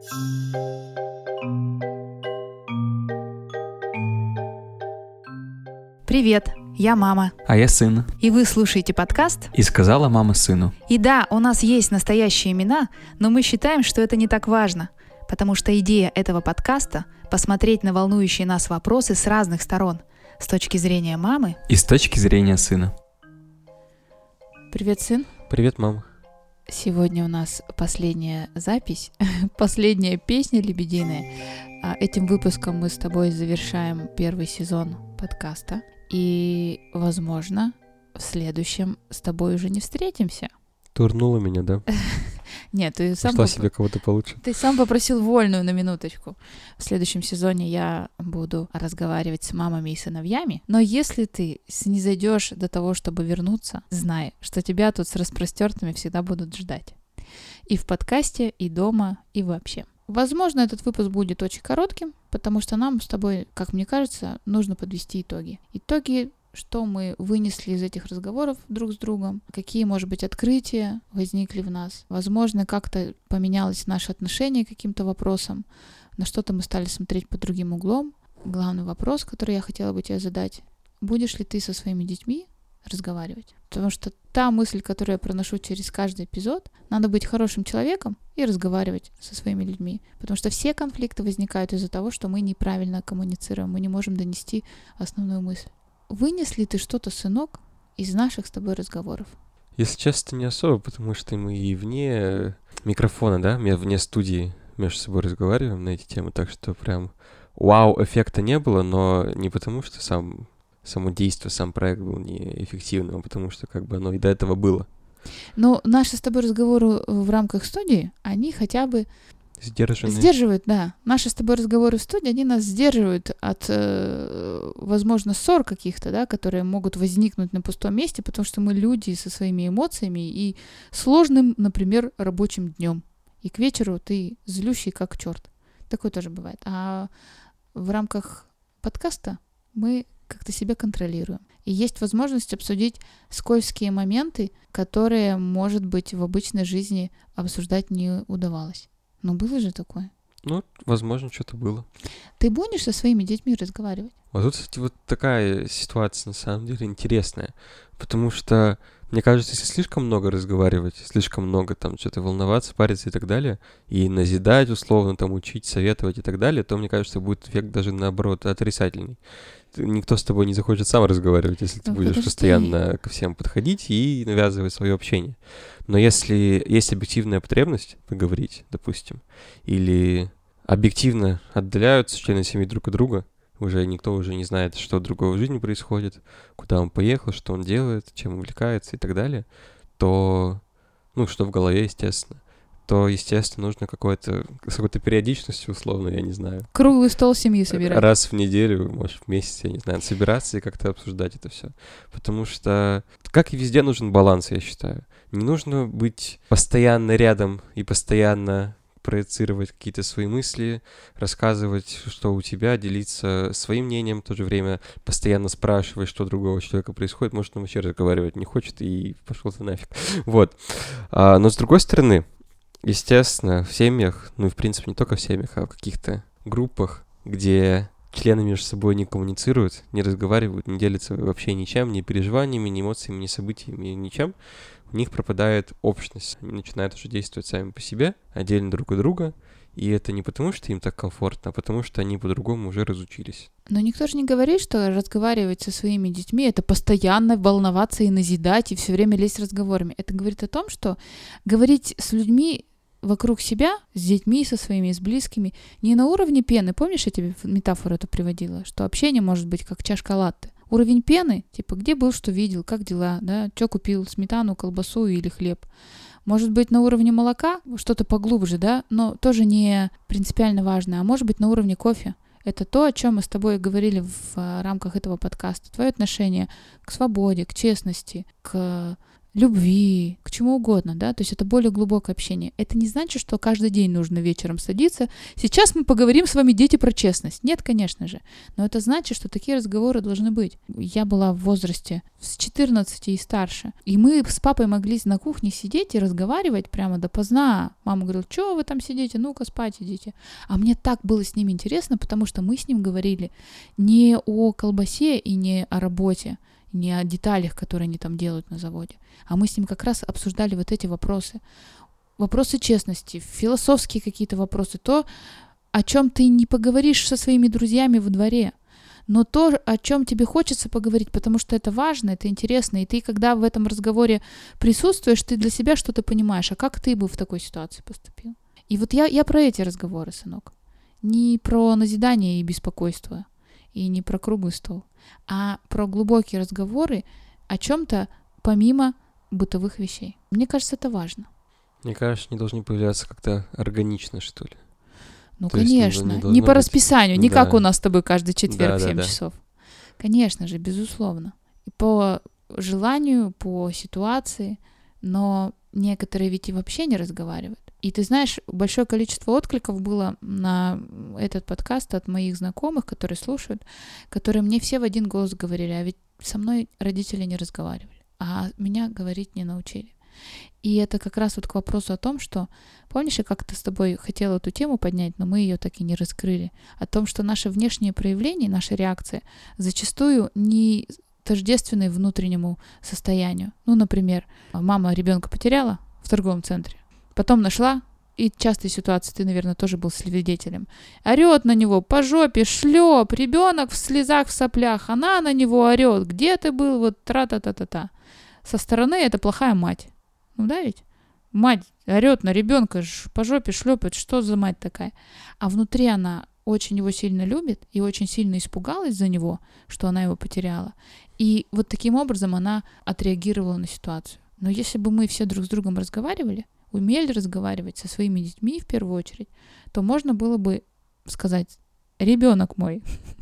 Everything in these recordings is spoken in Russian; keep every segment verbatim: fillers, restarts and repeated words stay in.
Привет, я мама. А я сын. И вы слушаете подкаст И сказала мама сыну. И да, у нас есть настоящие имена, но мы считаем, что это не так важно, потому что идея этого подкаста — посмотреть на волнующие нас вопросы с разных сторон, с точки зрения мамы И с точки зрения сына. Привет, сын. Привет, мама. Сегодня у нас последняя запись, последняя песня лебединая. Этим выпуском мы с тобой завершаем первый сезон подкаста. И, возможно, в следующем с тобой уже не встретимся. Турнула меня, да? Нет, ты сам... Нашла поп... себе кого-то получше. Ты сам попросил вольную на минуточку. В следующем сезоне я буду разговаривать с мамами и сыновьями. Но если ты снизойдешь до того, чтобы вернуться, знай, что тебя тут с распростертыми всегда будут ждать. И в подкасте, и дома, и вообще. Возможно, этот выпуск будет очень коротким, потому что нам с тобой, как мне кажется, нужно подвести итоги. Итоги, что мы вынесли из этих разговоров друг с другом, какие, может быть, открытия возникли в нас. Возможно, как-то поменялось наше отношение к каким-то вопросам, на что-то мы стали смотреть под другим углом. Главный вопрос, который я хотела бы тебе задать: будешь ли ты со своими детьми разговаривать? Потому что та мысль, которую я проношу через каждый эпизод: надо быть хорошим человеком и разговаривать со своими людьми. Потому что все конфликты возникают из-за того, что мы неправильно коммуницируем, мы не можем донести основную мысль. Вынес ли ты что-то, сынок, из наших с тобой разговоров? Если честно, не особо, потому что мы и вне микрофона, да, вне студии между собой разговариваем на эти темы, так что прям вау-эффекта не было, но не потому, что сам, само действие, сам проект был неэффективным, а потому что как бы оно и до этого было. Но наши с тобой разговоры в рамках студии, они хотя бы Сдержанные. Сдерживают, да. Наши с тобой разговоры в студии, они нас сдерживают от, э, возможно, ссор каких-то, да, которые могут возникнуть на пустом месте, потому что мы люди со своими эмоциями и сложным, например, рабочим днем. И к вечеру ты злющий как черт. Такое тоже бывает. А в рамках подкаста мы как-то себя контролируем. И есть возможность обсудить скользкие моменты, которые, может быть, в обычной жизни обсуждать не удавалось. Ну, было же такое. Ну, возможно, что-то было. Ты будешь со своими детьми разговаривать? А тут, кстати, вот такая ситуация, на самом деле, интересная. Потому что, мне кажется, если слишком много разговаривать, слишком много там что-то волноваться, париться и так далее, и назидать условно, там, учить, советовать и так далее, то, мне кажется, будет эффект даже, наоборот, отрицательный. Никто с тобой не захочет сам разговаривать, если ты ну, будешь подожди. постоянно ко всем подходить и навязывать свое общение. Но если есть объективная потребность поговорить, допустим, или объективно отдаляются члены семьи друг от друга, уже никто уже не знает, что другого в жизни происходит, куда он поехал, что он делает, чем увлекается и так далее, то, ну, что в голове, естественно, то, естественно, нужно какое-то, с какой-то периодичностью, условно, я не знаю. Круглый стол семьи собирать. Раз в неделю, может, в месяц, я не знаю, собираться и как-то обсуждать это все. Потому что, как и везде, нужен баланс, я считаю. Не нужно быть постоянно рядом и постоянно проецировать какие-то свои мысли, рассказывать, что у тебя, делиться своим мнением, в то же время постоянно спрашивать, что другого человека происходит. Может, он вообще разговаривать не хочет и пошел ты нафиг. Вот. А, но с другой стороны, естественно, в семьях, ну и в принципе не только в семьях, а в каких-то группах, где члены между собой не коммуницируют, не разговаривают, не делятся вообще ничем, ни переживаниями, ни эмоциями, ни событиями, ничем, у них пропадает общность. Они начинают уже действовать сами по себе, отдельно друг от друга, и это не потому, что им так комфортно, а потому что они по-другому уже разучились. Но никто же не говорит, что разговаривать со своими детьми — это постоянно волноваться и назидать, и все время лезть разговорами. Это говорит о том, что говорить с людьми вокруг себя, с детьми, со своими, с близкими, не на уровне пены. Помнишь, я тебе метафору эту приводила? Что общение может быть как чашка латте. Уровень пены, типа, где был, что видел, как дела, да, что купил, сметану, колбасу или хлеб. Может быть, на уровне молока что-то поглубже, да, но тоже не принципиально важно, а может быть, на уровне кофе. Это то, о чем мы с тобой говорили в рамках этого подкаста. Твое отношение к свободе, к честности, к любви, к чему угодно, да, то есть это более глубокое общение. Это не значит, что каждый день нужно вечером садиться. Сейчас мы поговорим с вами, дети, про честность. Нет, конечно же. Но это значит, что такие разговоры должны быть. Я была в возрасте с четырнадцати и старше, и мы с папой могли на кухне сидеть и разговаривать прямо допоздна. Мама говорила, что вы там сидите, ну-ка спать идите. А мне так было с ним интересно, потому что мы с ним говорили не о колбасе и не о работе, не о деталях, которые они там делают на заводе. А мы с ним как раз обсуждали вот эти вопросы. Вопросы честности, философские какие-то вопросы. То, о чем ты не поговоришь со своими друзьями во дворе. Но то, о чем тебе хочется поговорить, потому что это важно, это интересно. И ты, когда в этом разговоре присутствуешь, ты для себя что-то понимаешь. А как ты бы в такой ситуации поступил? И вот я, я про эти разговоры, сынок. Не про назидание и беспокойство. И не про круглый стол, а про глубокие разговоры о чем-то помимо бытовых вещей. Мне кажется, это важно. Мне кажется, они должны появляться как-то органично, что ли. Ну, То конечно. Не, не по быть... расписанию, не да. как у нас с тобой каждый четверг да, в семь да, да. часов. Конечно же, безусловно. И по желанию, по ситуации, но некоторые ведь и вообще не разговаривают. И ты знаешь, большое количество откликов было на этот подкаст от моих знакомых, которые слушают, которые мне все в один голос говорили, а ведь со мной родители не разговаривали, а меня говорить не научили. И это как раз вот к вопросу о том, что, помнишь, я как-то с тобой хотела эту тему поднять, но мы ее так и не раскрыли, о том, что наши внешние проявления, наши реакции зачастую не тождественны внутреннему состоянию. Ну, например, мама ребенка потеряла в торговом центре, потом нашла, и частые ситуации, ты, наверное, тоже был свидетелем. Орет на него по жопе, шлеп, ребенок в слезах, в соплях, она на него орет, где ты был, вот тра-та-та-та-та. Со стороны это плохая мать. Ну да ведь? Мать орет на ребенка, по жопе шлепает, что за мать такая? А внутри она очень его сильно любит и очень сильно испугалась за него, что она его потеряла. И вот таким образом она отреагировала на ситуацию. Но если бы мы все друг с другом разговаривали, умели разговаривать со своими детьми в первую очередь, то можно было бы сказать: ребенок мой,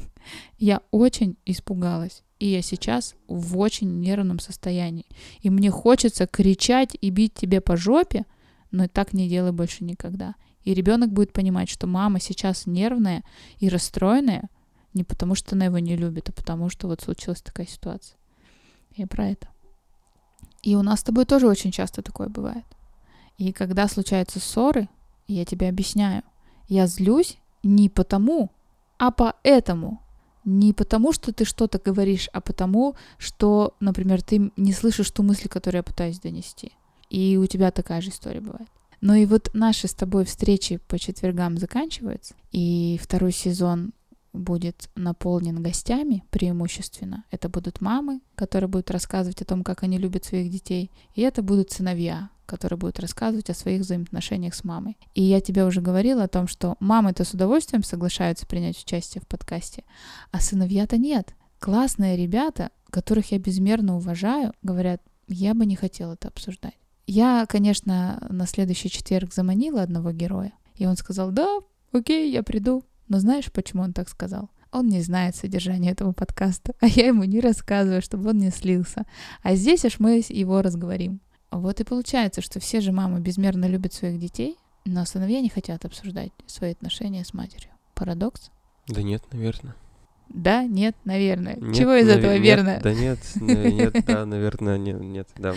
я очень испугалась, и я сейчас в очень нервном состоянии, и мне хочется кричать и бить тебе по жопе, но так не делай больше никогда. И ребенок будет понимать, что мама сейчас нервная и расстроенная не потому, что она его не любит, а потому, что вот случилась такая ситуация. Я про это. И у нас с тобой тоже очень часто такое бывает. И когда случаются ссоры, я тебе объясняю, я злюсь не потому, а поэтому. Не потому, что ты что-то говоришь, а потому, что, например, ты не слышишь ту мысль, которую я пытаюсь донести. И у тебя такая же история бывает. Но и вот наши с тобой встречи по четвергам заканчиваются, и второй сезон будет наполнен гостями преимущественно. Это будут мамы, которые будут рассказывать о том, как они любят своих детей. И это будут сыновья, которые будут рассказывать о своих взаимоотношениях с мамой. И я тебе уже говорила о том, что мамы-то с удовольствием соглашаются принять участие в подкасте, а сыновья-то нет. Классные ребята, которых я безмерно уважаю, говорят: я бы не хотела это обсуждать. Я, конечно, на следующий четверг заманила одного героя, и он сказал: да, окей, я приду. Но знаешь, почему он так сказал? Он не знает содержания этого подкаста, а я ему не рассказываю, чтобы он не слился. А здесь аж мы его разговорим. Вот и получается, что все же мамы безмерно любят своих детей, но сыновья не хотят обсуждать свои отношения с матерью. Парадокс? Да нет, наверное. Да, нет, наверное. Нет, Чего из нав... этого нет, верно? Да нет, нет, да, наверное, нет, нет, да.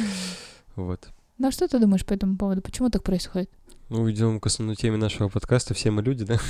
Вот. Ну что ты думаешь по этому поводу? Почему так происходит? Ну, идем к основной теме нашего подкаста. Все мы люди, да?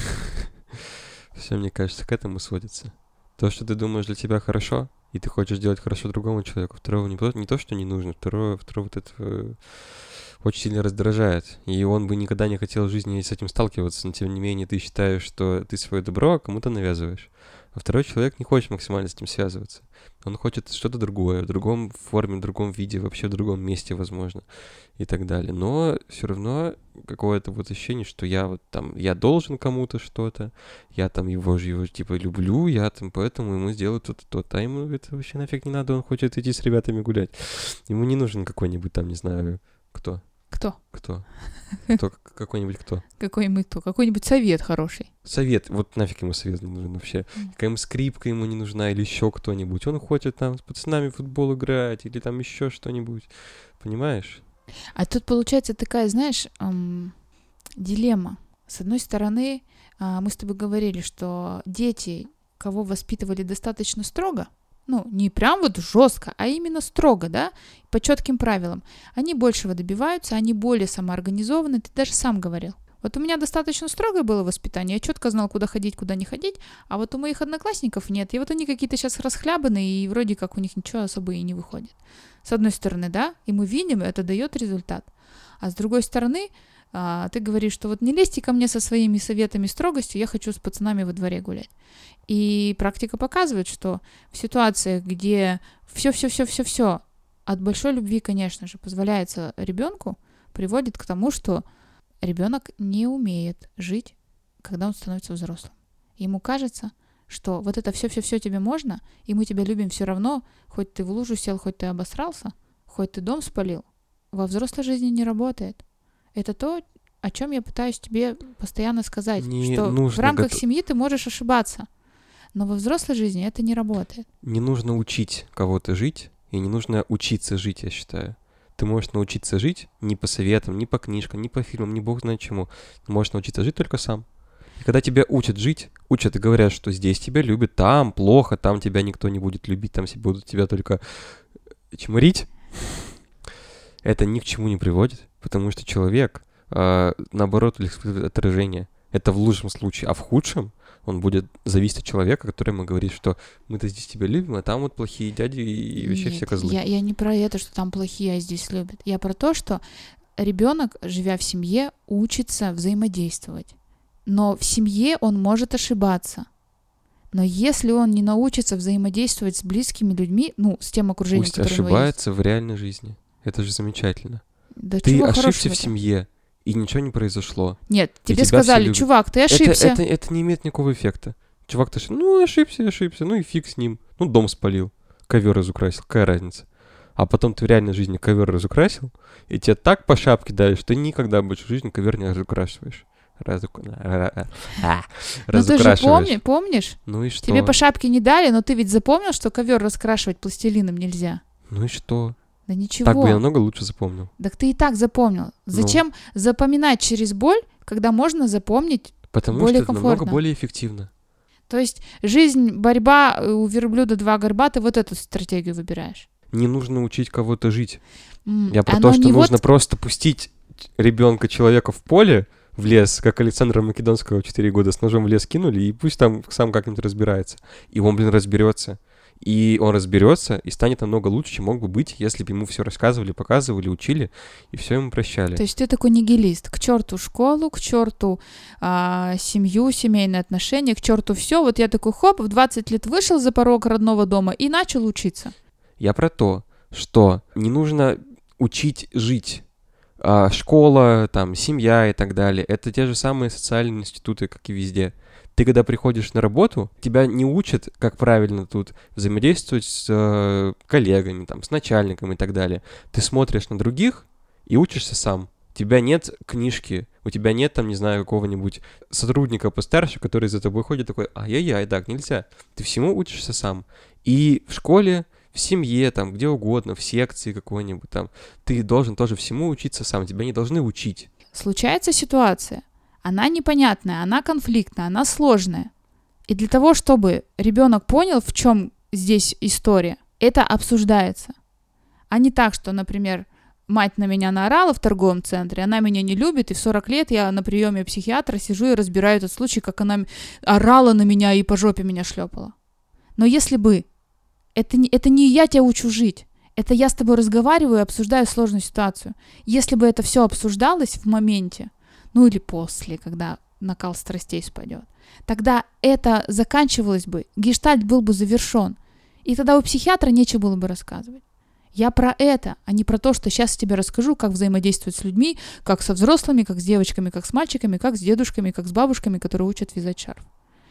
Все, мне кажется, к этому сводится. То, что ты думаешь для тебя хорошо, и ты хочешь делать хорошо другому человеку, второго не, не то, что не нужно, второе, второе вот это э, очень сильно раздражает. И он бы никогда не хотел в жизни с этим сталкиваться, но тем не менее ты считаешь, что ты свое добро кому-то навязываешь. А второй человек не хочет максимально с этим связываться. Он хочет что-то другое, в другом форме, в другом виде, вообще в другом месте, возможно, и так далее. Но все равно какое-то вот ощущение, что я вот там, я должен кому-то что-то, я там его же, его типа люблю, я там поэтому ему сделаю то-то, то-то, а ему это вообще нафиг не надо, он хочет идти с ребятами гулять. Ему не нужен какой-нибудь там, не знаю, кто. Кто? Кто? Кто? Какой-нибудь кто? Какой-нибудь кто? Какой-нибудь совет хороший. Совет. Вот нафиг ему совет не нужен вообще. Какая-нибудь скрипка ему не нужна или еще кто-нибудь. Он хочет там с пацанами в футбол играть или там еще что-нибудь. Понимаешь? А тут получается такая, знаешь, эм, дилемма. С одной стороны, э, мы с тобой говорили, что дети, кого воспитывали достаточно строго, ну, не прям вот жестко, а именно строго, да, по четким правилам, они большего добиваются, они более самоорганизованы, ты даже сам говорил. Вот у меня достаточно строгое было воспитание, я четко знал, куда ходить, куда не ходить, а вот у моих одноклассников нет, и вот они какие-то сейчас расхлябанные, и вроде как у них ничего особо и не выходит. С одной стороны, да, и мы видим, это дает результат, а с другой стороны, а, ты говоришь, что вот не лезьте ко мне со своими советами, строгостью, я хочу с пацанами во дворе гулять. И практика показывает, что в ситуациях, где все-все-все-все-все от большой любви, конечно же, позволяется ребенку, приводит к тому, что ребенок не умеет жить, когда он становится взрослым. Ему кажется, что вот это все-все-все тебе можно, и мы тебя любим все равно, хоть ты в лужу сел, хоть ты обосрался, хоть ты дом спалил. Во взрослой жизни не работает. Это то, о чем я пытаюсь тебе постоянно сказать, Не что нужно в рамках готов- семьи ты можешь ошибаться, но во взрослой жизни это не работает. Не нужно учить кого-то жить, и не нужно учиться жить, я считаю. Ты можешь научиться жить не по советам, не по книжкам, не по фильмам, не бог знает чему. Ты можешь научиться жить только сам. И когда тебя учат жить, учат и говорят, что здесь тебя любят, там плохо, там тебя никто не будет любить, там все будут тебя только чморить, это ни к чему не приводит, потому что человек, э, наоборот, испытывает отражение. Это в лучшем случае, а в худшем он будет зависеть от человека, который ему говорит, что мы-то здесь тебя любим, а там вот плохие дяди и вообще Нет, все козлы. Я, я не про это, что там плохие, а здесь любят. Я про то, что ребенок, живя в семье, учится взаимодействовать. Но в семье он может ошибаться. Но если он не научится взаимодействовать с близкими людьми, ну, с тем окружением, Пусть которое у него есть. ошибается в реальной жизни. Это же замечательно. Да Ты чего ошибся хорошего-то? в семье, и ничего не произошло. Нет, И тебе тебя все сказали, любят. чувак, ты Это, ошибся. это, это не имеет никакого эффекта. Чувак-то ошибся. Ну, ошибся, ошибся. Ну и фиг с ним. Ну, дом спалил. Ковер разукрасил. Какая разница? А потом ты в реальной жизни ковер разукрасил, и тебе так по шапке дали, что ты никогда больше в жизни ковер не разукрашиваешь. Разук... а, Ну ты же разукрашиваешь. помни, помнишь? Ну и что? Тебе по шапке не дали, но ты ведь запомнил, что ковер раскрашивать пластилином нельзя. Ну и что? Да ничего. Так бы я намного лучше запомнил. Так ты и так запомнил. Зачем запоминать через боль, когда можно запомнить? Потому более что это намного комфортно. более эффективно. То есть жизнь, борьба, у верблюда два горба, ты вот эту стратегию выбираешь. Не нужно учить кого-то жить. М, Я про оно то, что не нужно вот- просто пустить ребенка, человека в поле, в лес, как Александра Македонского в четыре года с ножом в лес кинули, и пусть там сам как-нибудь разбирается. И он, блин, разберется. И он разберется и станет намного лучше, чем мог бы быть, если бы ему все рассказывали, показывали, учили, и все ему прощали. То есть ты такой нигилист. К черту школу, к черту а, семью, семейные отношения, к черту все. Вот я такой хоп, в двадцать лет вышел за порог родного дома и начал учиться. Я про то, что не нужно учить жить. А, школа, там, семья и так далее. Это те же самые социальные институты, как и везде. Ты, когда приходишь на работу, тебя не учат, как правильно тут взаимодействовать с э, коллегами, там, с начальником и так далее. Ты смотришь на других и учишься сам. У тебя нет книжки, у тебя нет, там, не знаю, какого-нибудь сотрудника постарше, который за тобой ходит такой, ай-яй-яй, так нельзя. Ты всему учишься сам. И в школе, в семье, там, где угодно, в секции какой-нибудь там, ты должен тоже всему учиться сам, тебя не должны учить. Случается ситуация, она непонятная, она конфликтная, она сложная. И для того, чтобы ребенок понял, в чем здесь история, это обсуждается. А не так, что, например, мать на меня наорала в торговом центре, она меня не любит, и в сорок лет я на приеме у психиатра сижу и разбираю этот случай, как она орала на меня и по жопе меня шлепала. Но если бы это не, это не я тебя учу жить, это я с тобой разговариваю и обсуждаю сложную ситуацию. Если бы это все обсуждалось в моменте, ну или после, когда накал страстей спадет, тогда это заканчивалось бы, гештальт был бы завершен, и тогда у психиатра нечего было бы рассказывать. Я про это, а не про то, что сейчас тебе расскажу, как взаимодействовать с людьми, как со взрослыми, как с девочками, как с мальчиками, как с дедушками, как с бабушками, которые учат вязать шарф.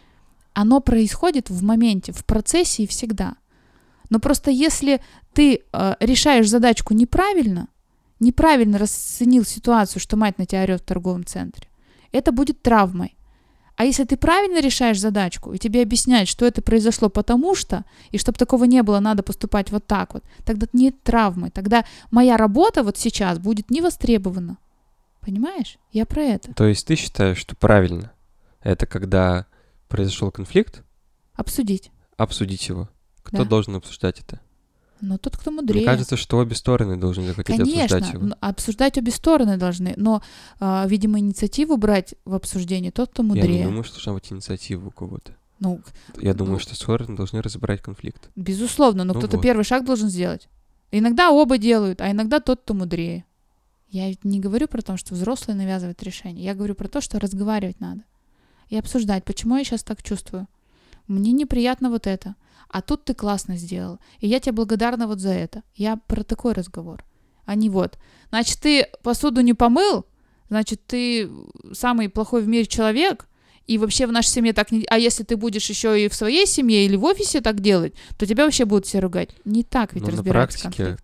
Оно происходит в моменте, в процессе и всегда. Но просто если ты э, решаешь задачку неправильно, неправильно расценил ситуацию, что мать на тебя орёт в торговом центре, это будет травмой. А если ты правильно решаешь задачку, и тебе объясняют, что это произошло потому что, и чтобы такого не было, надо поступать вот так вот, тогда нет травмы. Тогда моя работа вот сейчас будет не востребована. Понимаешь? Я про это. То есть ты считаешь, что правильно это когда произошел конфликт? Обсудить. Обсудить его. Кто Да. должен обсуждать это? Но тот, кто мудрее. Мне кажется, что обе стороны должны захотеть Конечно, обсуждать его. н- обсуждать обе стороны должны, но, а, видимо, инициативу брать в обсуждении тот, кто Я мудрее. не думаю, что должна быть инициатива у кого-то. Ну, Я думаю, Ну. что стороны должны разобрать конфликт. безусловно, но Ну кто-то вот. первый шаг должен сделать. Иногда оба делают, а иногда тот, кто мудрее. Я ведь не говорю про то, что взрослые навязывают решение. Я говорю про то, что разговаривать надо. И обсуждать, почему я сейчас так чувствую. Мне неприятно вот это. А тут ты классно сделал. И я тебе благодарна вот за это. Я про такой разговор. А не вот. Значит, ты посуду не помыл, значит, ты самый плохой в мире человек, и вообще в нашей семье так не... А если ты будешь еще и в своей семье или в офисе так делать, то тебя вообще будут все ругать. Не так ведь Но на разбирается практике, конфликт. к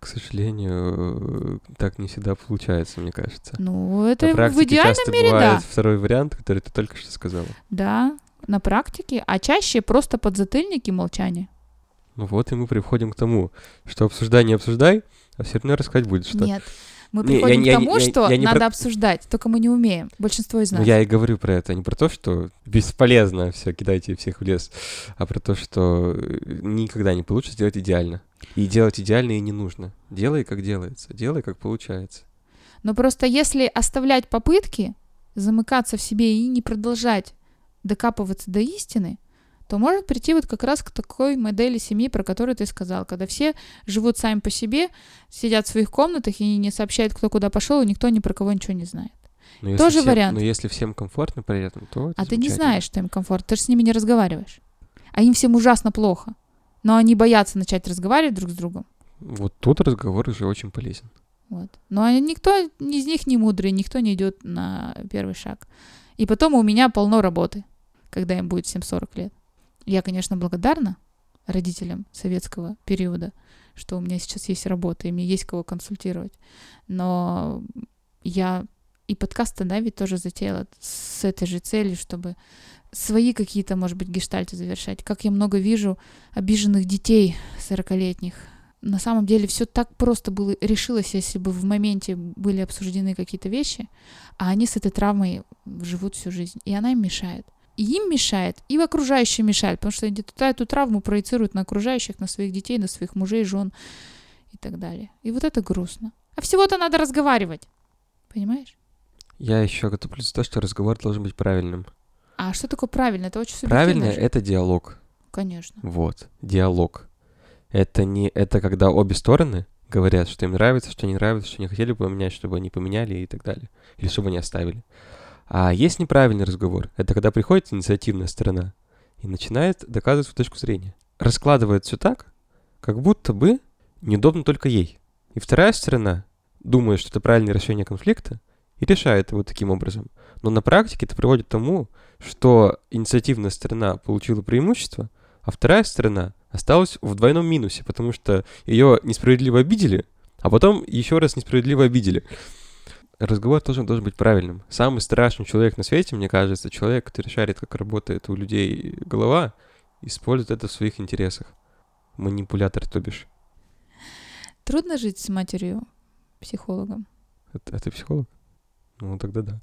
сожалению, э, так не всегда получается, мне кажется. Ну, это На в практике идеальном часто мире, бывает да. второй вариант, который ты только что сказала. Да, на практике, а чаще просто подзатыльник и молчание. Ну вот и мы приходим к тому, что обсуждай, не обсуждай, а все равно рассказать будет что. Нет. Мы Не, я приходим не- к я тому, не- я- что я не надо про- обсуждать, только мы не умеем. Большинство из Ну, нас. я и говорю про это, не про то, что бесполезно все, кидайте всех в лес, а про то, что э, никогда не получится сделать идеально. И делать идеально и не нужно. Делай, как делается, делай, как получается. Но просто если оставлять попытки, замыкаться в себе и не продолжать докапываться до истины, то может прийти вот как раз к такой модели семьи, про которую ты сказал, когда все живут сами по себе, сидят в своих комнатах и не сообщают, кто куда пошел, и никто ни про кого ничего не знает. Но если Тоже всем- вариант. Но если всем комфортно при этом, то это А ты не замечательно. знаешь, что им комфортно, ты же с ними не разговариваешь. А им всем ужасно плохо. Но они боятся начать разговаривать друг с другом. Вот тут разговор уже очень полезен. Вот. Но никто из них не мудрый, никто не идет на первый шаг. И потом у меня полно работы, когда им будет всем сорок лет. Я, конечно, благодарна родителям советского периода, что у меня сейчас есть работа, и мне есть кого консультировать. Но я и подкаст да, ведь тоже затеяла с этой же целью, чтобы свои какие-то, может быть, гештальты завершать. Как я много вижу обиженных детей сорокалетних. На самом деле все так просто было решилось, если бы в моменте были обсуждены какие-то вещи, а они с этой травмой живут всю жизнь, и она им мешает. И им мешает, и окружающим мешает, потому что они эту травму проецируют на окружающих, на своих детей, на своих мужей, жен и так далее. И вот это грустно. А всего-то надо разговаривать. Понимаешь? Я еще готовлю за то, что разговор должен быть правильным. А что такое правильно? Это очень субъективно. Правильно — же. это диалог. Конечно. Вот, диалог. Это не это когда обе стороны говорят, что им нравится, что не нравится, что не хотели бы поменять, чтобы они поменяли и так далее. Или чтобы они оставили. А есть неправильный разговор. Это когда приходит инициативная сторона и начинает доказывать свою точку зрения. Раскладывает все так, как будто бы неудобно только ей. И вторая сторона думает, что это правильное решение конфликта, и решает его таким образом. Но на практике это приводит к тому, что инициативная сторона получила преимущество, а вторая сторона осталась в двойном минусе, потому что ее несправедливо обидели, а потом еще раз несправедливо обидели. Разговор тоже должен быть правильным. Самый страшный человек на свете, мне кажется, человек, который шарит, как работает у людей голова, использует это в своих интересах. Манипулятор, то бишь. Трудно жить с матерью психологом. А, а ты психолог? Ну, тогда да.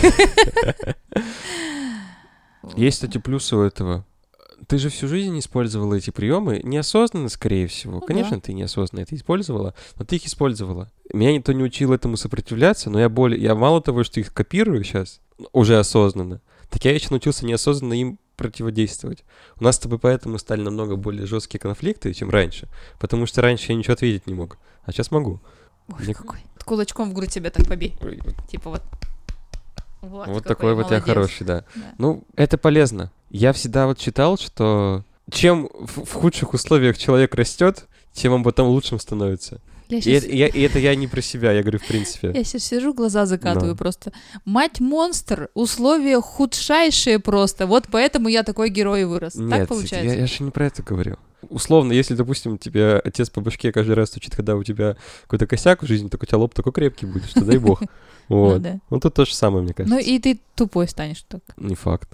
Есть, кстати, плюсы у этого. Ты же всю жизнь использовала эти приемы неосознанно, скорее всего. Ну, Конечно, да. ты неосознанно это использовала, но ты их использовала. Меня никто не учил этому сопротивляться, но я более, я мало того, что их копирую сейчас, уже осознанно, так я еще научился неосознанно им противодействовать. У нас с тобой поэтому стали намного более жесткие конфликты, чем раньше, потому что раньше я ничего ответить не мог, а сейчас могу. Ой, Мне- какой. Кулачком в грудь тебя так побей. Ой, вот Типа вот. Вот, вот какой такой вот я молодец. хороший, да. Да. Ну, это полезно. Я всегда вот читал, что чем в, в худших условиях человек растет, тем он потом лучшим становится. Я И щас, это, я, и это я не про себя, я говорю в принципе. я сейчас сижу, глаза закатываю Да. просто. Мать-монстр, условия худшайшие просто. Вот поэтому я такой герой и вырос. Нет, так получается? Я, я же не про это говорю. Условно, если, допустим, тебе отец по башке каждый раз стучит, когда у тебя какой-то косяк в жизни, так у тебя лоб такой крепкий будет, что дай бог. Вот. Ну, тут то же самое, мне кажется. Ну, и ты тупой станешь так. Не факт.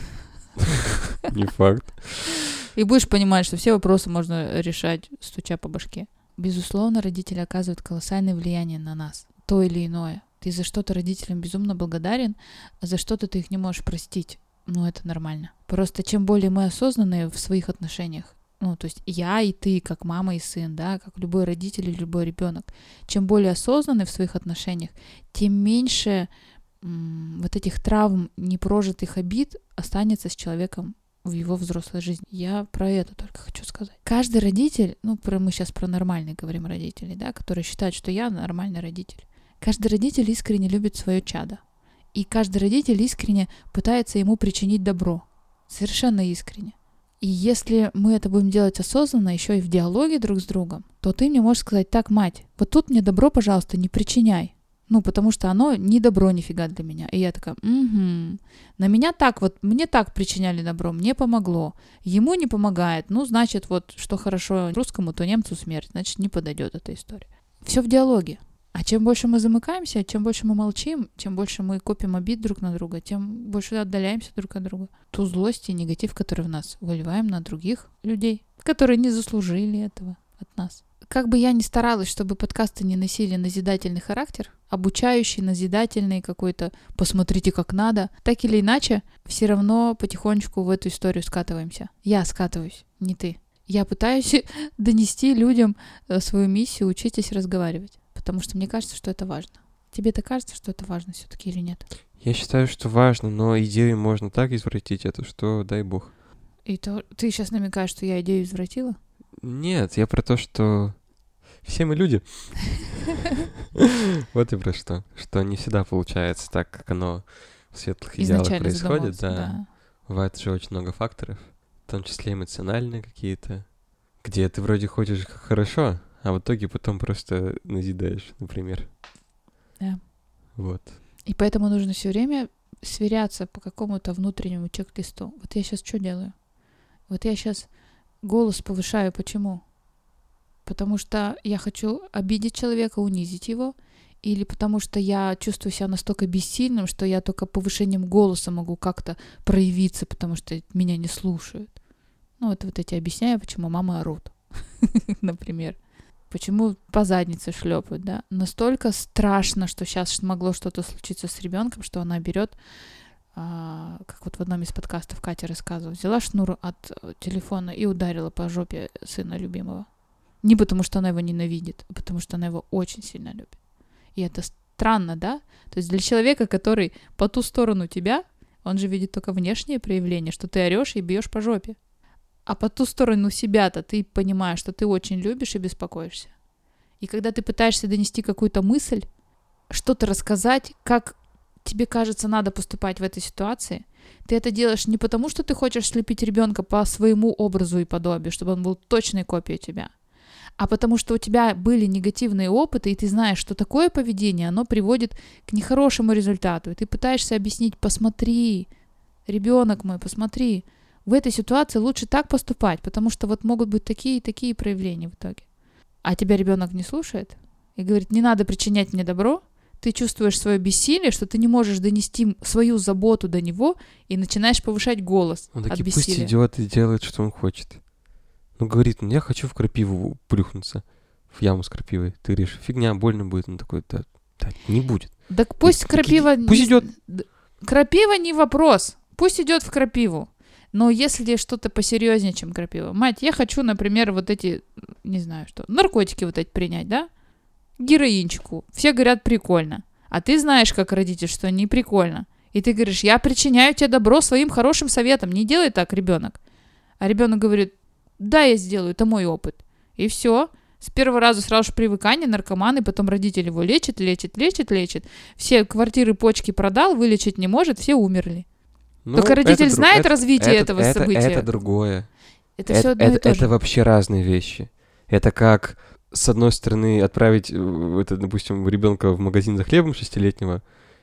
Не факт. И будешь понимать, что все вопросы можно решать, стуча по башке. Безусловно, родители оказывают колоссальное влияние на нас. То или иное. Ты за что-то родителям безумно благодарен, а за что-то ты их не можешь простить. Ну, это нормально. Просто чем более мы осознанные в своих отношениях, ну, то есть я и ты, как мама и сын, да, как любой родитель и любой ребенок, чем более осознанный в своих отношениях, тем меньше м- вот этих травм, непрожитых обид останется с человеком в его взрослой жизни. Я про это только хочу сказать. Каждый родитель, ну, про, мы сейчас про нормальных говорим родителей, да, которые считают, что я нормальный родитель. Каждый родитель искренне любит свое чадо. И каждый родитель искренне пытается ему причинить добро. Совершенно искренне. И если мы это будем делать осознанно, еще и в диалоге друг с другом, то ты мне можешь сказать: так, мать, вот тут мне добро, пожалуйста, не причиняй. Ну, потому что оно не добро нифига для меня. И я такая: угу. На меня так вот, мне так причиняли добро, мне помогло. Ему не помогает. Ну, значит, вот, что хорошо русскому, то немцу смерть. Значит, не подойдет эта история. Все в диалоге. А чем больше мы замыкаемся, чем больше мы молчим, чем больше мы копим обид друг на друга, тем больше отдаляемся друг от друга. Ту злость и негатив, который в нас, выливаем на других людей, которые не заслужили этого от нас. Как бы я ни старалась, чтобы подкасты не носили назидательный характер, обучающий, назидательный какой-то «посмотрите, как надо», так или иначе, все равно потихонечку в эту историю скатываемся. Я скатываюсь, не ты. Я пытаюсь донести людям свою миссию, учитесь разговаривать. Потому что мне кажется, что это важно. Тебе-то кажется, что это важно все-таки или нет? Я считаю, что важно, но идею можно так извратить, это что, дай бог. И то ты сейчас намекаешь, что я идею извратила? Нет, я про то, что все мы люди. Вот и про что. Что не всегда получается так, как оно в светлых идеалах происходит. Да. Бывает же очень много факторов, в том числе эмоциональные какие-то, где ты вроде хочешь хорошо, а в итоге потом просто назидаешь, например. Да. Вот. И поэтому нужно все время сверяться по какому-то внутреннему чек-листу. Вот я сейчас что делаю? Вот я сейчас голос повышаю. Почему? Потому что я хочу обидеть человека, унизить его, или потому что я чувствую себя настолько бессильным, что я только повышением голоса могу как-то проявиться, потому что меня не слушают. Ну, вот, вот я тебе объясняю, почему мамы орут, например. Почему по заднице шлепают, да? Настолько страшно, что сейчас могло что-то случиться с ребенком, что она берет, а, как вот в одном из подкастов Катя рассказывала, взяла шнур от телефона и ударила по жопе сына любимого. Не потому, что она его ненавидит, а потому, что она его очень сильно любит. И это странно, да? То есть для человека, который по ту сторону тебя, он же видит только внешнее проявление, что ты орешь и бьешь по жопе. А по ту сторону себя-то ты понимаешь, что ты очень любишь и беспокоишься. И когда ты пытаешься донести какую-то мысль, что-то рассказать, как тебе кажется, надо поступать в этой ситуации, ты это делаешь не потому, что ты хочешь слепить ребенка по своему образу и подобию, чтобы он был точной копией тебя, а потому что у тебя были негативные опыты, и ты знаешь, что такое поведение, оно приводит к нехорошему результату. И ты пытаешься объяснить: посмотри, ребенок мой, посмотри, в этой ситуации лучше так поступать, потому что вот могут быть такие и такие проявления в итоге. А тебя ребенок не слушает и говорит: не надо причинять мне добро. Ты чувствуешь свое бессилие, что ты не можешь донести свою заботу до него, и начинаешь повышать голос он от таки, бессилия. Пусть идет и делает, что он хочет. Ну, говорит: ну, я хочу в крапиву плюхнуться, в яму с крапивой. Ты говоришь: фигня, больно будет. Он такой: да, да не будет. Так пусть и, крапива... и, пусть идет. Крапива не вопрос. Пусть идет в крапиву. Но если что-то посерьезнее, чем крапива. Мать, я хочу, например, вот эти, не знаю что, наркотики вот эти принять, да? Героинчику. Все говорят: прикольно. А ты знаешь, как родитель, что не прикольно. И ты говоришь: я причиняю тебе добро своим хорошим советом. Не делай так, ребенок. А ребенок говорит: да, я сделаю, это мой опыт. И все. С первого раза сразу же привыкание, наркоманы, потом родители его лечат, лечат, лечат, лечат. Все квартиры, почки продал, вылечить не может, все умерли. Ну, только родитель это, знает это, развитие это, этого это, события. Это другое. Это, это все одно это, и то же. Это вообще разные вещи. Это как, с одной стороны, отправить, это, допустим, ребенка в магазин за хлебом шестилетнего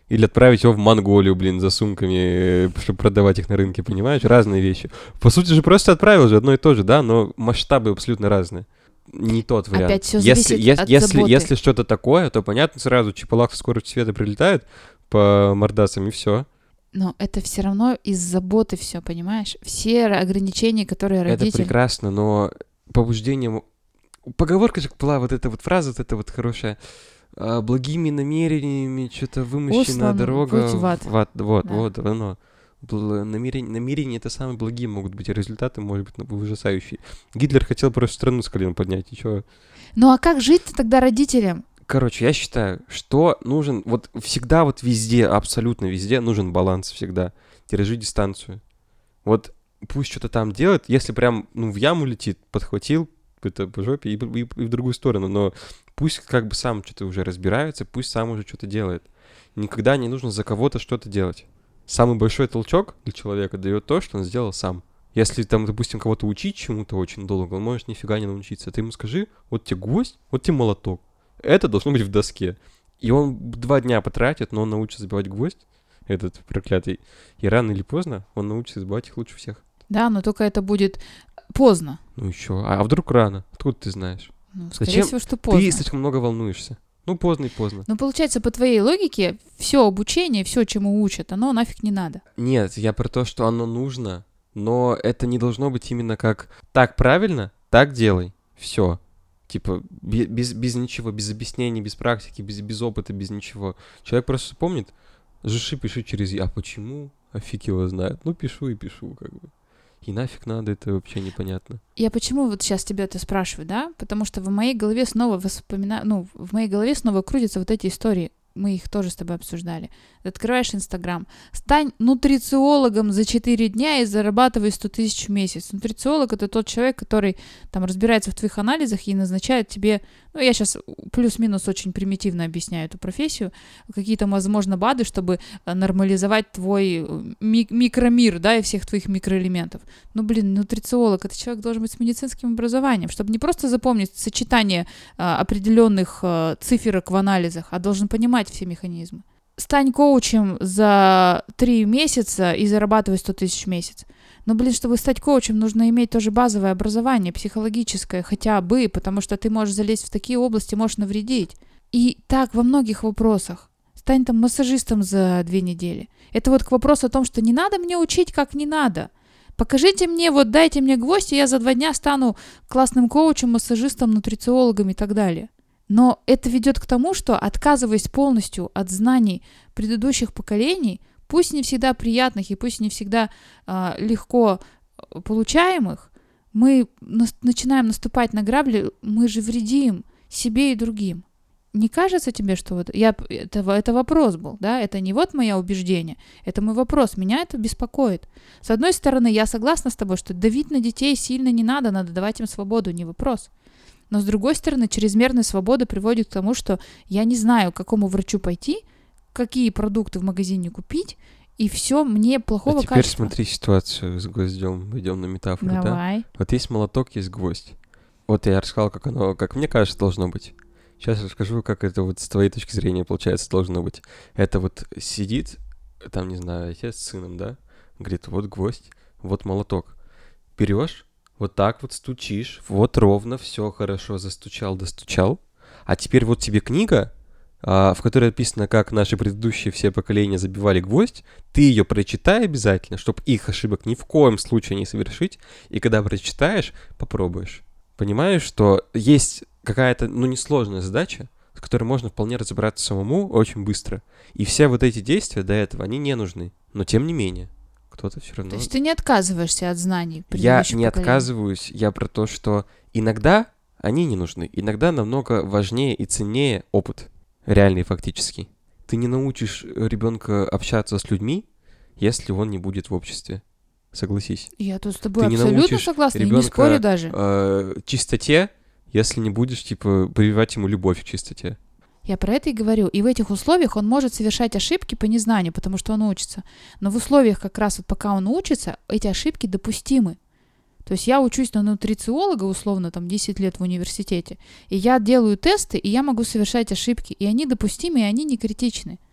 или отправить его в Монголию, блин, за сумками, чтобы продавать их на рынке, понимаешь? Разные вещи. По сути же просто отправил же одно и то же, да, но масштабы абсолютно разные. Не тот вариант. Опять всё если, зависит если, от если, заботы. если что-то такое, то понятно сразу, чипалах со скоростью света прилетает по мордасам и все. Но это все равно из заботы все, понимаешь? Все ограничения, которые родители... Это прекрасно, но побуждением... Поговорка же была, вот эта вот фраза, вот эта вот хорошая, а, благими намерениями, что-то вымощенная Услан дорога путь в ад. в ад. Вот, Да. вот, оно. Бл- Намерения, намерения это самые благие могут быть, а результаты, может быть, ну, ужасающие. Гитлер хотел просто страну с колен поднять, и чё? Ну а как жить тогда родителям? Короче, я считаю, что нужен, вот всегда вот везде, абсолютно везде нужен баланс всегда. Держи дистанцию. Вот пусть что-то там делает, если прям, ну, в яму летит, подхватил, это по жопе, и, и- и в другую сторону, но пусть как бы сам что-то уже разбирается, пусть сам уже что-то делает. Никогда не нужно за кого-то что-то делать. Самый большой толчок для человека дает то, что он сделал сам. Если там, допустим, кого-то учить чему-то очень долго, он может нифига не научиться. Ты ему скажи, вот тебе гвоздь, вот тебе молоток. Это должно быть в доске. И он два дня потратит, но он научится забивать гвоздь, этот проклятый. И рано или поздно он научится забивать их лучше всех. Да, но только это будет поздно. Ну еще. А вдруг рано? Откуда ты знаешь? Ну, скорее Зачем? всего, что поздно. Ты слишком много волнуешься. Ну, поздно и поздно. Но получается, по твоей логике, все обучение, все, чему учат, оно нафиг не надо. Нет, я про то, что оно нужно, но это не должно быть именно как «так правильно, так делай». Все. Типа, бе- без, без ничего, без объяснений, без практики, без, без опыта, без ничего. Человек просто вспомнит, жиши, пиши через «я». А почему? А фиг его знает. Ну, пишу и пишу, как бы. И нафиг надо, это вообще непонятно. Я почему вот сейчас тебя это спрашиваю, да? Потому что в моей голове снова воспоминаю, ну, в моей голове снова крутятся вот эти истории. Мы их тоже с тобой обсуждали. Открываешь Инстаграм. Стань нутрициологом за четыре дня и зарабатывай сто тысяч в месяц. Нутрициолог — это тот человек, который там разбирается в твоих анализах и назначает тебе... Ну, я сейчас плюс-минус очень примитивно объясняю эту профессию. Какие-то, возможно, БАДы, чтобы нормализовать твой ми- микромир, да, и всех твоих микроэлементов. Ну, блин, нутрициолог — это человек должен быть с медицинским образованием, чтобы не просто запомнить сочетание а, определенных а, циферок в анализах, а должен понимать все механизмы. Стань коучем за три месяца и зарабатывай сто тысяч в месяц. Но, блин, чтобы стать коучем, нужно иметь тоже базовое образование, психологическое хотя бы, потому что ты можешь залезть в такие области, можешь навредить. И так во многих вопросах. Стань там массажистом за две недели. Это вот к вопросу о том, что не надо мне учить, как не надо. Покажите мне, вот дайте мне гвоздь, и я за два дня стану классным коучем, массажистом, нутрициологом и так далее. Но это ведет к тому, что, отказываясь полностью от знаний предыдущих поколений, пусть не всегда приятных и пусть не всегда э, легко получаемых, мы нас- начинаем наступать на грабли, мы же вредим себе и другим. Не кажется тебе, что вот я это, это вопрос был, да? Это не вот мое убеждение, это мой вопрос. Меня это беспокоит. С одной стороны, я согласна с тобой, что давить на детей сильно не надо, надо давать им свободу, не вопрос. Но, с другой стороны, чрезмерная свобода приводит к тому, что я не знаю, к какому врачу пойти, какие продукты в магазине купить, и все мне плохого а теперь качества. смотри ситуацию с гвоздем, идем на метафору, да? Давай. Вот есть молоток, есть гвоздь. Вот я рассказал, как оно, как мне кажется, должно быть. Сейчас расскажу, как это вот с твоей точки зрения, получается, должно быть. Это вот сидит, там, не знаю, отец с сыном, да? Говорит, вот гвоздь, вот молоток. Берешь, вот так вот стучишь, вот ровно, все хорошо, застучал, достучал. А теперь вот тебе книга, а, в которой написано, как наши предыдущие все поколения забивали гвоздь. Ты ее прочитай обязательно, чтобы их ошибок ни в коем случае не совершить. И когда прочитаешь, попробуешь. Понимаешь, что есть какая-то, ну, несложная задача, с которой можно вполне разобраться самому очень быстро. И все вот эти действия до этого, они не нужны. Но тем не менее, кто-то все равно... То есть ты не отказываешься от знаний Я предыдущих не поколений? отказываюсь, я про то, что иногда они не нужны. Иногда намного важнее и ценнее опыт. Реальный, фактически. Ты не научишь ребенка общаться с людьми, если он не будет в обществе. Согласись. Я тут с тобой Ты не абсолютно научишь согласна, и не ребенка, спорю даже. Э, чистоте, если не будешь, типа, прививать ему любовь к чистоте. Я про это и говорю. И в этих условиях он может совершать ошибки по незнанию, потому что он учится. Но в условиях как раз вот пока он учится, эти ошибки допустимы. То есть я учусь на нутрициолога, условно, там, десять лет в университете, и я делаю тесты, и я могу совершать ошибки, и они допустимы, и они не критичны.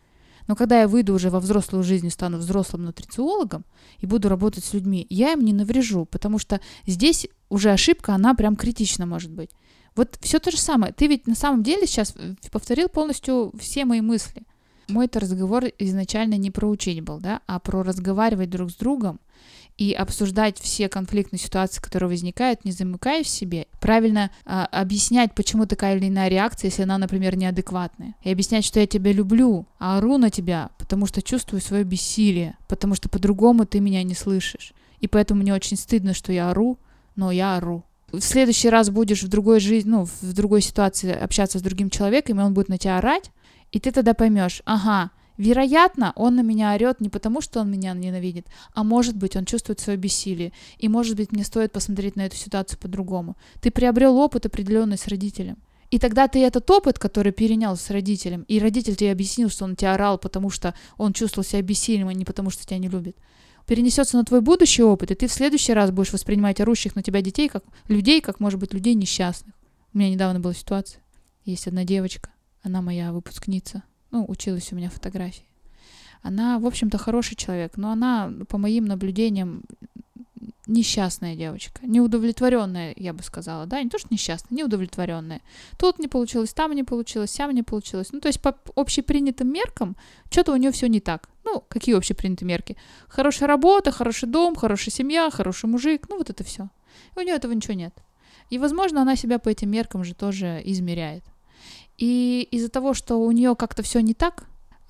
Но когда я выйду уже во взрослую жизнь и стану взрослым нутрициологом и буду работать с людьми, я им не наврежу, потому что здесь уже ошибка, она прям критична может быть. Вот все то же самое. Ты ведь на самом деле сейчас повторил полностью все мои мысли. Мой-то разговор изначально не про учить был, да, а про разговаривать друг с другом и обсуждать все конфликтные ситуации, которые возникают, не замыкаясь в себе, правильно а, объяснять, почему такая или иная реакция, если она, например, неадекватная, и объяснять, что я тебя люблю, а ору на тебя, потому что чувствую свое бессилие, потому что по-другому ты меня не слышишь, и поэтому мне очень стыдно, что я ору, но я ору. В следующий раз будешь в другой жизни, ну, в другой ситуации общаться с другим человеком, и он будет на тебя орать, и ты тогда поймешь, ага, вероятно, он на меня орет не потому, что он меня ненавидит, а может быть, он чувствует свое бессилие, и может быть, мне стоит посмотреть на эту ситуацию по-другому. Ты приобрел опыт определенный с родителем. И тогда ты этот опыт, который перенял с родителем, и родитель тебе объяснил, что он тебя орал, потому что он чувствовал себя бессильным, а не потому, что тебя не любит, перенесется на твой будущий опыт, и ты в следующий раз будешь воспринимать орущих на тебя детей, как людей, как, может быть, людей несчастных. У меня недавно была ситуация. Есть одна девочка, она моя выпускница, ну, училась у меня фотографии. Она, в общем-то, хороший человек, но она, по моим наблюдениям, несчастная девочка, неудовлетворенная, я бы сказала, да, не то, что несчастная, неудовлетворенная. Тут не получилось, там не получилось, сям не получилось. Ну, то есть по общепринятым меркам что-то у нее все не так. Ну, какие общепринятые мерки? Хорошая работа, хороший дом, хорошая семья, хороший мужик, ну, вот это все. У нее этого ничего нет. И, возможно, она себя по этим меркам же тоже измеряет. И из-за того, что у нее как-то все не так,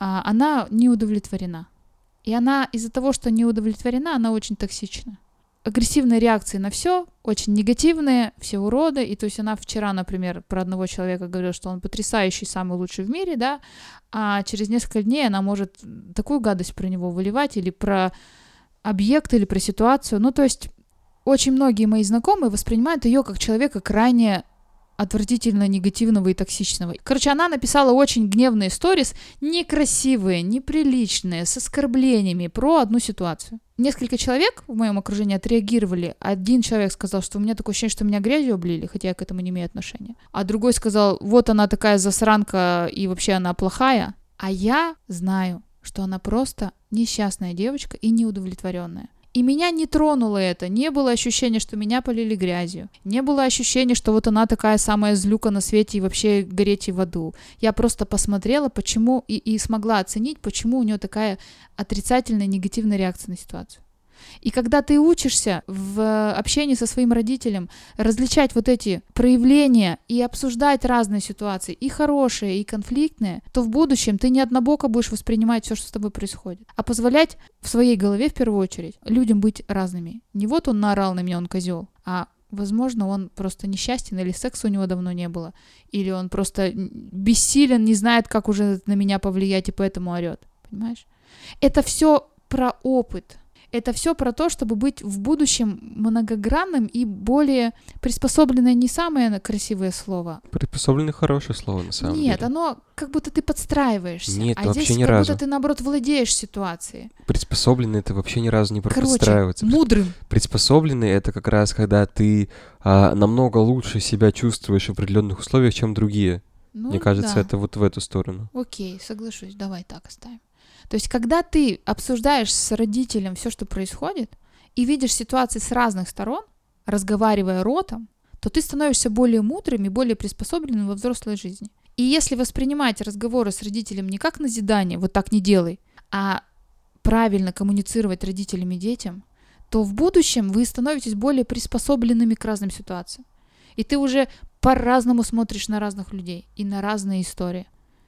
она не удовлетворена. И она из-за того, что не удовлетворена, она очень токсична. Агрессивные реакции на все, очень негативные, все уроды. И то есть она вчера, например, про одного человека говорила, что он потрясающий, самый лучший в мире, да, а через несколько дней она может такую гадость про него выливать или про объект, или про ситуацию. Ну, то есть очень многие мои знакомые воспринимают ее как человека крайне отвратительно негативного и токсичного. Короче, она написала очень гневные сторис, некрасивые, неприличные, с оскорблениями про одну ситуацию. Несколько человек в моем окружении отреагировали. Один человек сказал, что у меня такое ощущение, что меня грязью облили, хотя я к этому не имею отношения. А другой сказал, вот она такая засранка и вообще она плохая. А я знаю, что она просто несчастная девочка и неудовлетворенная. И меня не тронуло это, не было ощущения, что меня полили грязью, не было ощущения, что вот она такая самая злюка на свете и вообще гореть и в аду. Я просто посмотрела, почему, и, и смогла оценить, почему у нее такая отрицательная, негативная реакция на ситуацию. И когда ты учишься в общении со своим родителем различать вот эти проявления и обсуждать разные ситуации, и хорошие, и конфликтные, то в будущем ты не однобоко будешь воспринимать все, что с тобой происходит, а позволять в своей голове, в первую очередь, людям быть разными. Не вот он наорал на меня, он козел, а возможно, он просто несчастен, или секса у него давно не было, или он просто бессилен, не знает, как уже на меня повлиять, и поэтому орет. Понимаешь? Это все про опыт. Это все про то, чтобы быть в будущем многогранным и более приспособленное, не самое красивое слово. Приспособленное хорошее слово, на самом Нет, деле. Нет, оно как будто ты подстраиваешься. Нет, а вообще здесь ни как разу. будто ты, наоборот, владеешь ситуацией. Приспособленный — это вообще ни разу не про Короче, подстраиваться. мудрым. Приспособленный — это как раз когда ты а, намного лучше себя чувствуешь в определенных условиях, чем другие. Ну, Мне кажется, да. это вот в эту сторону. Окей, соглашусь, давай так оставим. То есть, когда ты обсуждаешь с родителем все, что происходит, и видишь ситуации с разных сторон, разговаривая ротом, то ты становишься более мудрым и более приспособленным во взрослой жизни. И если воспринимать разговоры с родителем не как назидание, вот так не делай, а правильно коммуницировать родителям и детям, то в будущем вы становитесь более приспособленными к разным ситуациям. И ты уже по-разному смотришь на разных людей и на разные истории.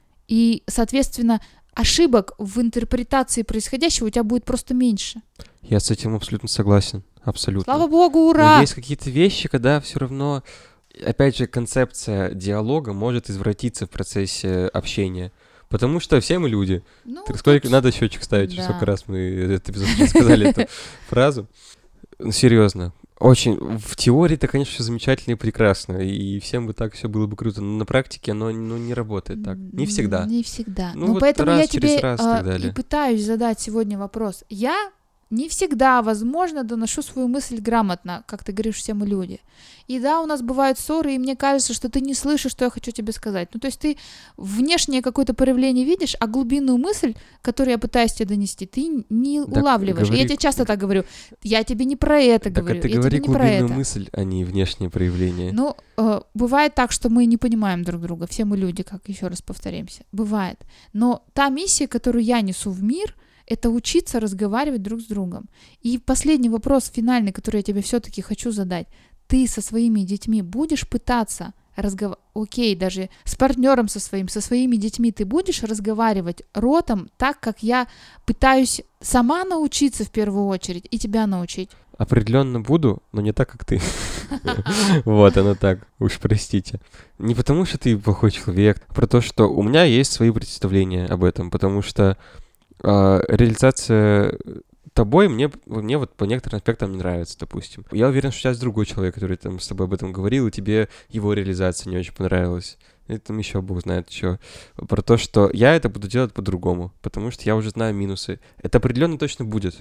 И, соответственно, ошибок в интерпретации происходящего у тебя будет просто меньше. Я с этим абсолютно согласен. Абсолютно. Слава богу, ура! Но есть какие-то вещи, когда все равно, опять же, концепция диалога может извратиться в процессе общения. Потому что все мы люди. Ну, так сколько тут... надо счетчик ставить, да. сколько раз мы это сказали эту фразу. Серьезно. Очень. В теории это, конечно, все замечательно и прекрасно. И всем бы так все было бы круто. Но на практике оно ну, не работает так. Не всегда. Не всегда. Ну, ну, вот поэтому раз я через тебе раз и а, так далее. и пытаюсь задать сегодня вопрос. Я не всегда, возможно, доношу свою мысль грамотно, как ты говоришь, все мы люди. И да, у нас бывают ссоры, и мне кажется, что ты не слышишь, что я хочу тебе сказать. Ну, то есть ты внешнее какое-то проявление видишь, а глубинную мысль, которую я пытаюсь тебе донести, ты не Так улавливаешь. говори- И я тебе часто так говорю, я тебе не про это Так говорю, а ты я говори тебе не про глубинную это. мысль, а не внешнее проявление. Ну, э, бывает так, что мы не понимаем друг друга, все мы люди, как еще раз повторимся, бывает. Но та миссия, которую я несу в мир, это учиться разговаривать друг с другом. И последний вопрос, финальный, который я тебе все-таки хочу задать. Ты со своими детьми будешь пытаться разговаривать, окей, даже с партнером со своим, со своими детьми ты будешь разговаривать ротом так, как я пытаюсь сама научиться в первую очередь и тебя научить? Определенно буду, но не так, как ты. Вот, оно так, уж простите. Не потому, что ты плохой человек, а про то, что у меня есть свои представления об этом, потому что э, реализация тобой мне, мне вот по некоторым аспектам не нравится, допустим. Я уверен, что сейчас другой человек, который там с тобой об этом говорил, и тебе его реализация не очень понравилась. И там еще бог знает что. Про то, что я это буду делать по-другому, потому что я уже знаю минусы. Это определенно точно будет.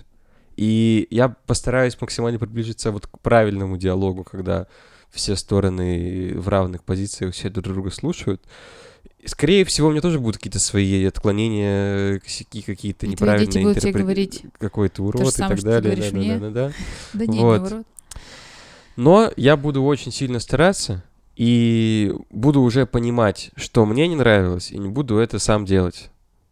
И я постараюсь максимально приблизиться вот к правильному диалогу, когда все стороны в равных позициях все друг друга слушают. И, скорее всего, у меня тоже будут какие-то свои отклонения, косяки какие-то И твои неправильные дети будут тебе интерпре- говорить какой-то урод то же и самое, так что ты далее. говоришь Да, мне. да, да, да. Да не, Вот. не урод. Но я буду очень сильно стараться и буду уже понимать, что мне не нравилось, и не буду это сам делать.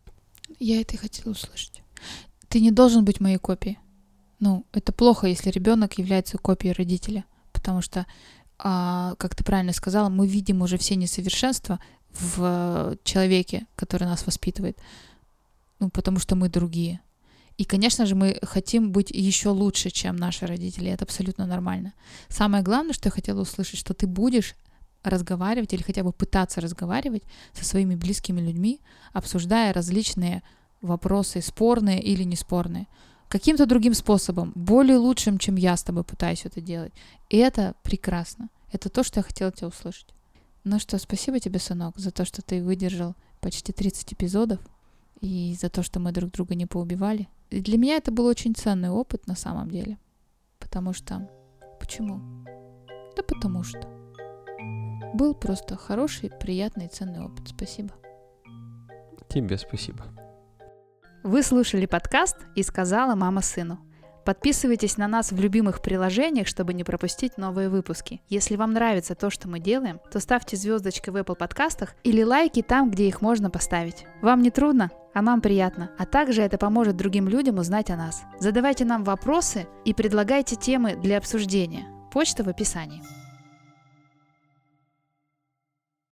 Я это и хотела услышать. Ты не должен быть моей копией. Ну, это плохо, если ребенок является копией родителя, потому что, а, как ты правильно сказала, мы видим уже все несовершенства в человеке, который нас воспитывает, ну, потому что мы другие. И, конечно же, мы хотим быть еще лучше, чем наши родители, это абсолютно нормально. Самое главное, что я хотела услышать, что ты будешь разговаривать или хотя бы пытаться разговаривать со своими близкими людьми, обсуждая различные вопросы, спорные или неспорные, каким-то другим способом, более лучшим, чем я с тобой пытаюсь это делать. И это прекрасно. Это то, что я хотела тебя услышать. Ну что, спасибо тебе, сынок, за то, что ты выдержал почти тридцать эпизодов, и за то, что мы друг друга не поубивали. И для меня это был очень ценный опыт на самом деле. Потому что... Почему? Да потому что. Был просто хороший, приятный, ценный опыт. Спасибо. Тебе спасибо. Вы слушали подкаст «И сказала мама сыну». Подписывайтесь на нас в любимых приложениях, чтобы не пропустить новые выпуски. Если вам нравится то, что мы делаем, то ставьте звездочки в Apple подкастах или лайки там, где их можно поставить. Вам не трудно, а нам приятно. А также это поможет другим людям узнать о нас. Задавайте нам вопросы и предлагайте темы для обсуждения. Почта в описании.